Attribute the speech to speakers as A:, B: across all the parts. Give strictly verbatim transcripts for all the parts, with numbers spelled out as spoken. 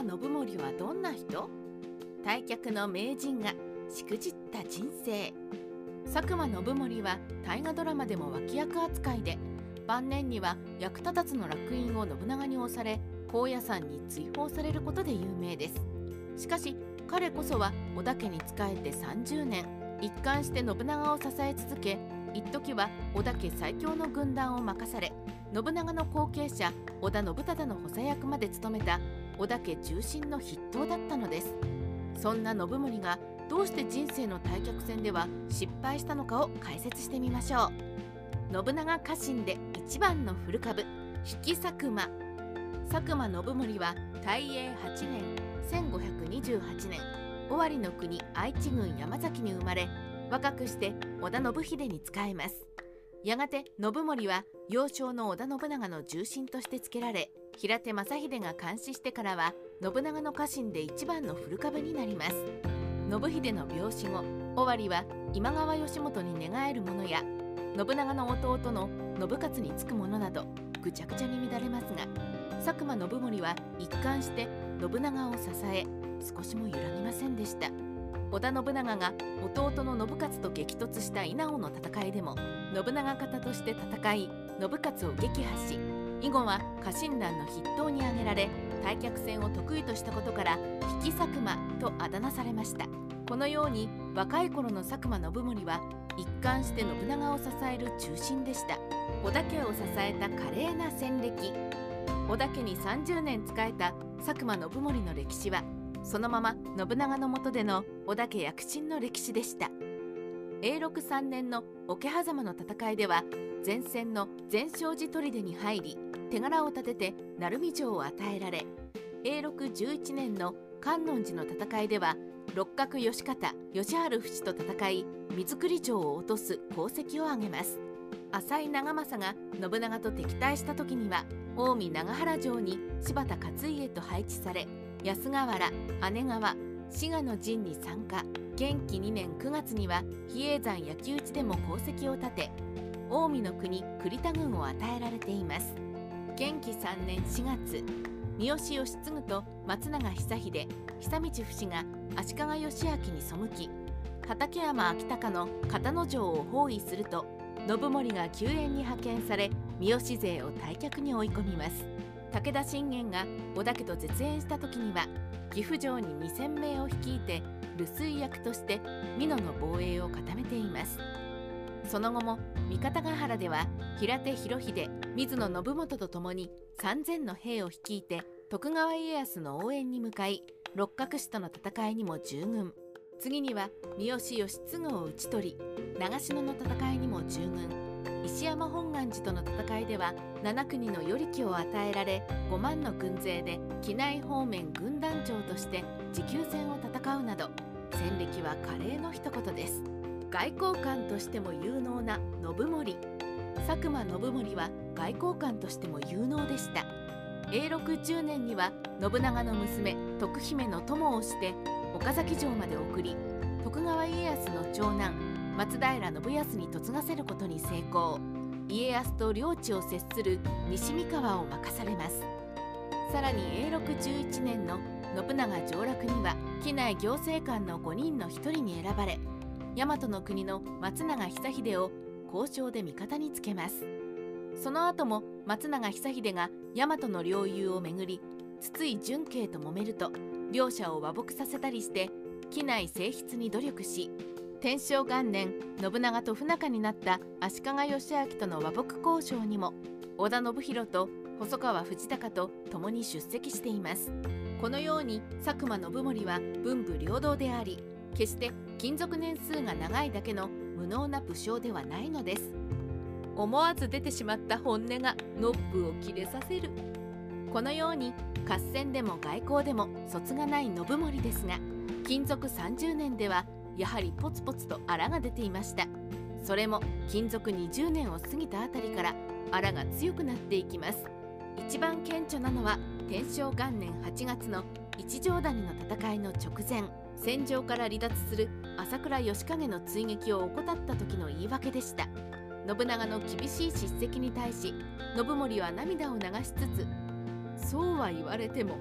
A: 信盛はどんな人？大脚の名人がしくじった人生。佐久間信盛は大河ドラマでも脇役扱いで、晩年には役立たずの烙印を信長に押され、高野山に追放されることで有名です。しかし彼こそは織田家に仕えてさんじゅうねん、一貫して信長を支え続け、一時は織田家最強の軍団を任され、信長の後継者織田信忠の補佐役まで務めた織田家中心の筆頭だったのです。そんな信盛がどうして人生の大脚戦では失敗したのかを解説してみましょう。信長家臣で一番の古株、比企佐久間。佐久間信盛は大永はちねんせんごひゃくにじゅうはちねん、尾張の国愛知郡山崎に生まれ、若くして織田信秀に仕えます。やがて信盛は幼少の織田信長の重臣としてつけられ、平手正秀が監視してからは信長の家臣で一番の古株になります。信秀の病死後、尾張は今川義元に寝返る者や信長の弟の信雄につく者などぐちゃぐちゃに乱れますが、佐久間信盛は一貫して信長を支え、少しも揺らぎませんでした。織田信長が弟の信雄と激突した稲尾の戦いでも信長方として戦い、信雄を撃破し、以後は家臣団の筆頭に挙げられ、大脚戦を得意としたことから比企佐久間とあだ名されました。このように若い頃の佐久間信盛は一貫して信長を支える中心でした。織田家を支えた華麗な戦歴。織田家にさんじゅうねん仕えた佐久間信盛の歴史は、そのまま信長の下での織田家躍進の歴史でした。永禄さんねんの桶狭間の戦いでは、前線の善勝寺砦に入り、手柄を立てて鳴海城を与えられ、永禄じゅういちねんの観音寺の戦いでは六角義方義治不死と戦い、水栗城を落とす功績を挙げます。浅井長政が信長と敵対した時には近江長原城に柴田勝家と配置され、安河原、姉川、滋賀の陣に参加。元亀にねんくがつには比叡山焼き討ちでも功績を立て、近江の国栗田軍を与えられています。元亀さんねんしがつ、三好義継と松永久秀、久道不死が足利義昭に背き、畠山昭隆の片野城を包囲すると、信盛が救援に派遣され、三好勢を退却に追い込みます。武田信玄が織田家と絶縁した時には、岐阜城ににせんめいを率いて留守居役として美濃の防衛を固めています。その後も三方ヶ原では平手博秀、水野信元と共にさんぜんの兵を率いて徳川家康の応援に向かい、六角氏との戦いにも従軍。次には三好義継を討ち取り、長篠の戦いにも従軍。石山本願寺との戦いでは七国の与力を与えられ、ごまんの軍勢で畿内方面軍団長として持久戦を戦うなど、戦歴は華麗の一言です。外交官としても有能な信盛。佐久間信盛は外交官としても有能でした。永禄じゅうねんには信長の娘徳姫の友をして岡崎城まで送り、徳川家康の長男松平信康に嫁がせることに成功。家康と領地を接する西三河を任されます。さらに永禄じゅういちねんの信長上洛には畿内行政官のごにんのひとりに選ばれ、大和の国の松永久秀を交渉で味方につけます。その後も松永久秀が大和の領有をめぐり筒井純慶と揉めると、両者を和睦させたりして畿内征出に努力し、天正元年信長と不仲になった足利義昭との和睦交渉にも織田信弘と細川藤孝と共に出席しています。このように佐久間信盛は文武両道であり、決して勤続年数が長いだけの無能な武将ではないのです。思わず出てしまった本音がノップを切れさせる。このように合戦でも外交でも卒がない信盛ですが、勤続さんじゅうねんではやはりポツポツと荒が出ていました。それも勤続にじゅうねんを過ぎたあたりから荒が強くなっていきます。一番顕著なのは天正元年はちがつの一条谷の戦いの直前、戦場から離脱する朝倉義景の追撃を怠った時の言い訳でした。信長の厳しい叱責に対し信盛は涙を流しつつ、そうは言われても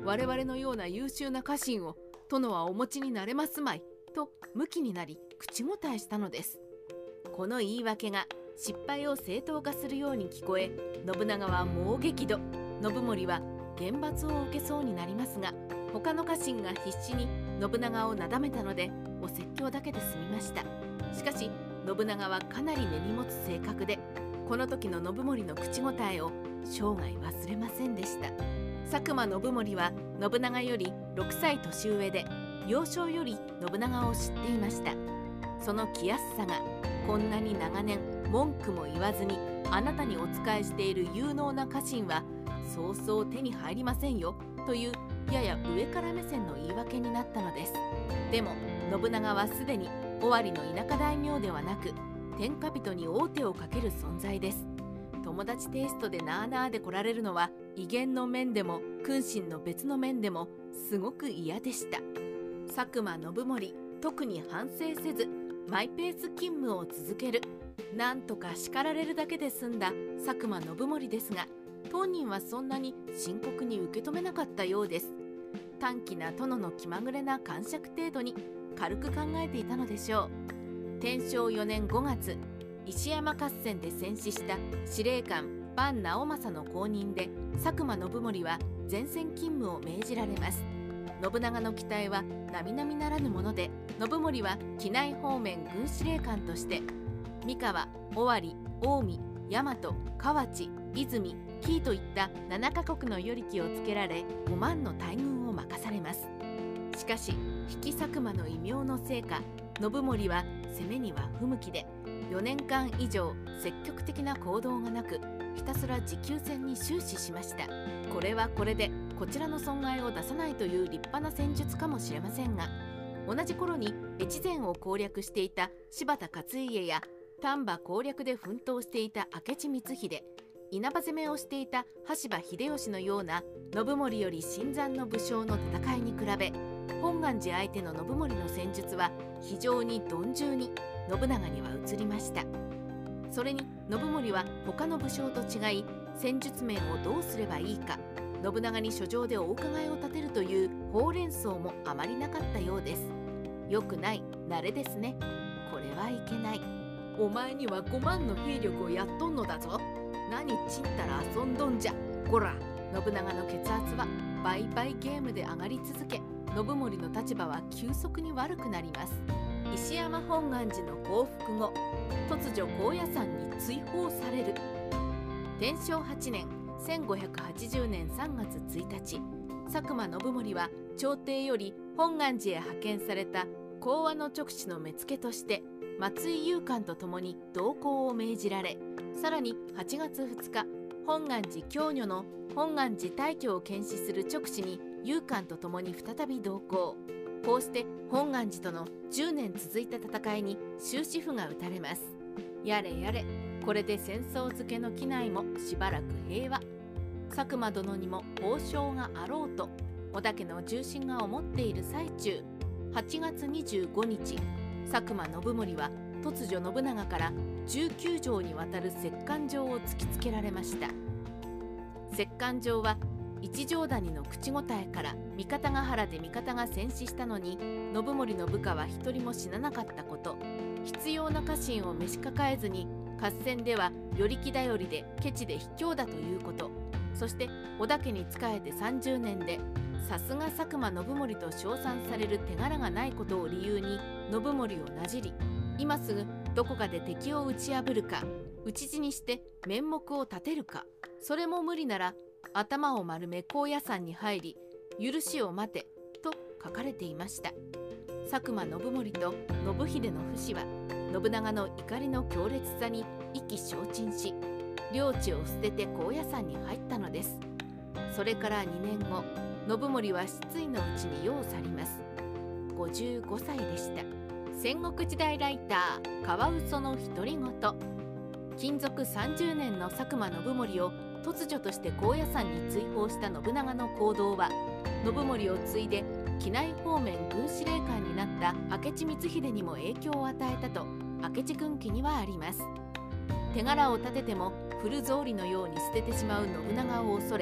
A: 我々のような優秀な家臣を殿はお持ちになれますまいとムキになり口答えしたのです。この言い訳が失敗を正当化するように聞こえ、信長は猛激怒。信盛は厳罰を受けそうになりますが、他の家臣が必死に信長をなだめたのでお説教だけで済みました。しかし信長はかなり根に持つ性格で、この時の信盛の口答えを生涯忘れませんでした。佐久間信盛は信長よりろくさい年上で、幼少より信長を知っていました。その気安さが、こんなに長年文句も言わずにあなたにお仕えしている有能な家臣はそうそう手に入りませんよというやや上から目線の言い訳になったのです。でも信長はすでに尾張の田舎大名ではなく、天下人に王手をかける存在です。友達テイストでなあなあで来られるのは威厳の面でも君臣の別の面でもすごく嫌でした。佐久間信盛、特に反省せずマイペース勤務を続ける。なんとか叱られるだけで済んだ佐久間信盛ですが、当人はそんなに深刻に受け止めなかったようです。短気な殿の気まぐれな感触程度に軽く考えていたのでしょう。天正よねんごがつ、石山合戦で戦死した司令官伴直政の後任で佐久間信盛は前線勤務を命じられます。信長の期待は並々ならぬもので、信盛は畿内方面軍司令官として三河、尾張、近江、大和、河内、泉、紀伊といったななカ国の与力をつけられごまんの大軍を任されます。しかし比企佐久間の異名のせいか、信盛は攻めには不向きで、よねんかん以上積極的な行動がなく、ひたすら持久戦に終始しました。これはこれでこちらの損害を出さないという立派な戦術かもしれませんが、同じ頃に越前を攻略していた柴田勝家や丹波攻略で奮闘していた明智光秀、稲葉攻めをしていた羽柴秀吉のような信盛より新参の武将の戦いに比べ、本願寺相手の信盛の戦術は非常に鈍重に信長には移りました。それに信盛は他の武将と違い、戦術面をどうすればいいか信長に書状でお伺いを立てるというほうれん草もあまりなかったようです。よくない慣れですね。これはいけない。お前にはごまんの兵力をやっとんのだぞ。何ちんたら遊んどんじゃ。こら。信長の血圧は倍々ゲームで上がり続け、信盛の立場は急速に悪くなります。石山本願寺の降伏後、突如高野山に追放される。天正はちねんせんごひゃくはちじゅうねんさんがつついたち、佐久間信盛は朝廷より本願寺へ派遣された講和の勅使の目付として松井雄官と共に同行を命じられ、さらにはちがつふつか、本願寺教女の本願寺大居を検視する勅使に雄官と共に再び同行。こうして本願寺とのじゅうねん続いた戦いに終止符が打たれます。やれやれ、これで戦争漬けの畿内もしばらく平和。佐久間殿にも報奨があろうと織田家の重臣が思っている最中、はちがつにじゅうごにち、佐久間信盛は突如信長からじゅうきゅうじょうにわたる折檻状を突きつけられました。折檻状は一条谷の口答えから三方ヶ原で味方が戦死したのに信盛の部下は一人も死ななかったこと、必要な家臣を召し抱えずに合戦では与力頼りでケチで卑怯だということ、そして織田家に仕えてさんじゅうねんでさすが佐久間信盛と称賛される手柄がないことを理由に信盛をなじり、今すぐどこかで敵を打ち破るか討ち死にして面目を立てるか、それも無理なら頭を丸め高野山に入り許しを待てと書かれていました。佐久間信盛と信秀の不死は信長の怒りの強烈さに意気消沈し、領地を捨てて高野山に入ったのです。それからにねんご、信盛は失意のうちに世を去ります。ごじゅうごさいでした。戦国時代ライターカワウソの独り言。勤続さんじゅうねんの佐久間信盛を突如として高野山に追放した信長の行動は、信盛を継いで畿内方面軍司令官になった明智光秀にも影響を与えたと明智軍記にはあります。手柄を立てても古草履のように捨ててしまう信長を恐れ、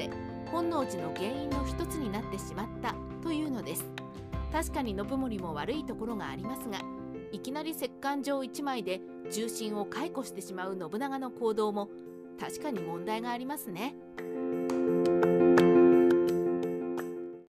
A: 本能寺の原因の一つになってしまったというのです。確かに信盛も悪いところがありますが、いきなり折檻状一枚で重臣を解雇してしまう信長の行動も確かに問題がありますね。